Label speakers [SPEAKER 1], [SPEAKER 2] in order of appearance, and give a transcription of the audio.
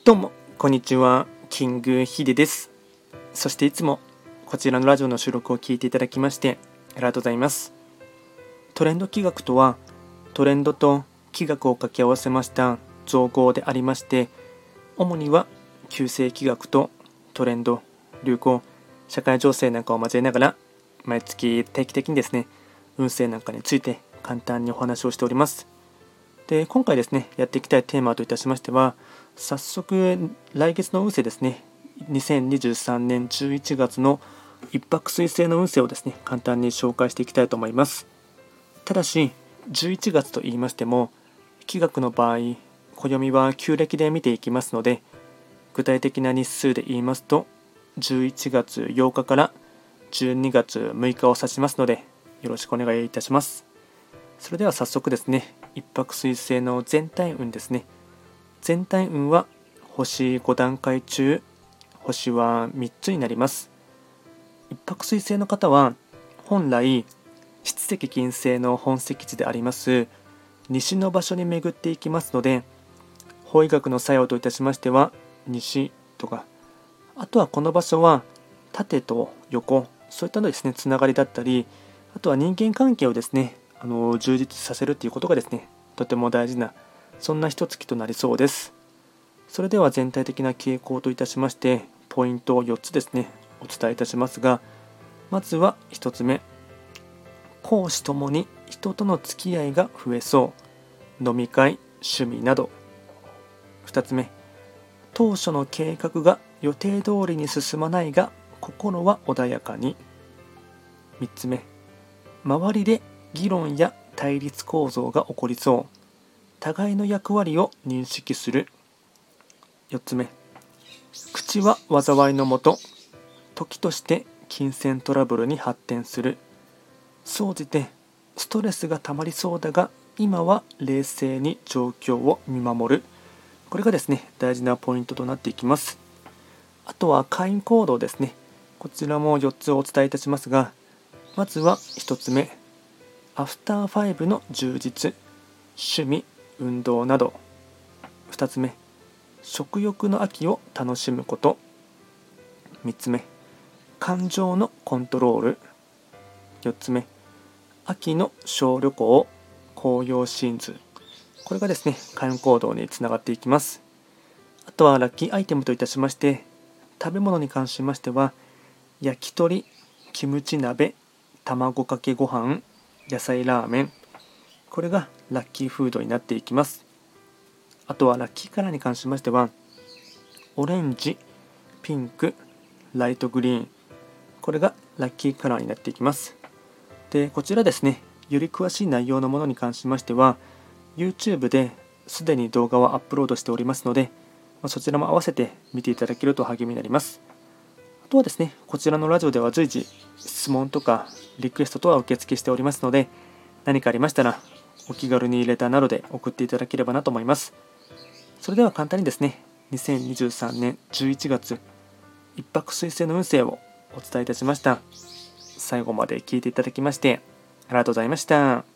[SPEAKER 1] どうもこんにちは、キングヒデです。そしていつもこちらのラジオの収録を聞いていただきましてありがとうございます。トレンド企画とは、トレンドと企画を掛け合わせました造語でありまして、主には旧世企画とトレンド、流行、社会情勢なんかを交えながら、毎月定期的にですね、運勢なんかについて簡単にお話をしております。で、今回ですね、やっていきたいテーマといたしましては、早速来月の運勢ですね、2023年11月の一泊水星の運勢をですね、簡単に紹介していきたいと思います。ただし、11月と言いましても、気学の場合、暦は旧暦で見ていきますので、具体的な日数で言いますと、11月8日から12月6日を指しますので、よろしくお願いいたします。それでは早速ですね、一泊水星の全体運ですね。全体運は星5段階中、星は3つになります。一泊水星の方は、本来、七石金星の本石地であります西の場所に巡っていきますので、法医学の作用といたしましては、西とか、あとはこの場所は縦と横、そういったのですね、つながりだったり、あとは人間関係をですね、充実させるということがですね、とても大事な、そんな一月となりそうです。それでは全体的な傾向といたしまして、ポイントを4つですね、お伝えいたしますが、まずは1つ目、公私ともに人との付き合いが増えそう。飲み会、趣味など。2つ目、当初の計画が予定通りに進まないが、心は穏やかに。3つ目、周りで議論や対立構造が起こりそう。互いの役割を認識する。4つ目、口は災いのもと、時として金銭トラブルに発展する。総じてストレスがたまりそうだが、今は冷静に状況を見守る。これがですね、大事なポイントとなっていきます。あとは会員行動ですね。こちらも4つお伝えいたしますが、まずは1つ目、アフター5の充実、趣味、運動など。2つ目、食欲の秋を楽しむこと。3つ目、感情のコントロール。4つ目、秋の小旅行、紅葉シーンズ。これがですね、開運行動につながっていきます。あとはラッキーアイテムといたしまして、食べ物に関しましては、焼き鳥、キムチ鍋、卵かけご飯、野菜ラーメン。これがラッキーフードになっていきます。あとはラッキーカラーに関しましては、オレンジ、ピンク、ライトグリーン。これがラッキーカラーになっていきます。で、こちらですね、より詳しい内容のものに関しましては、YouTube ですでに動画をアップロードしておりますので、そちらも合わせて見ていただけると励みになります。あとはですね、こちらのラジオでは随時質問とかリクエストとは受付しておりますので、何かありましたらお気軽にレターなどで送っていただければなと思います。それでは簡単にですね、2023年11月一泊水星の運勢をお伝えいたしました。最後まで聞いていただきましてありがとうございました。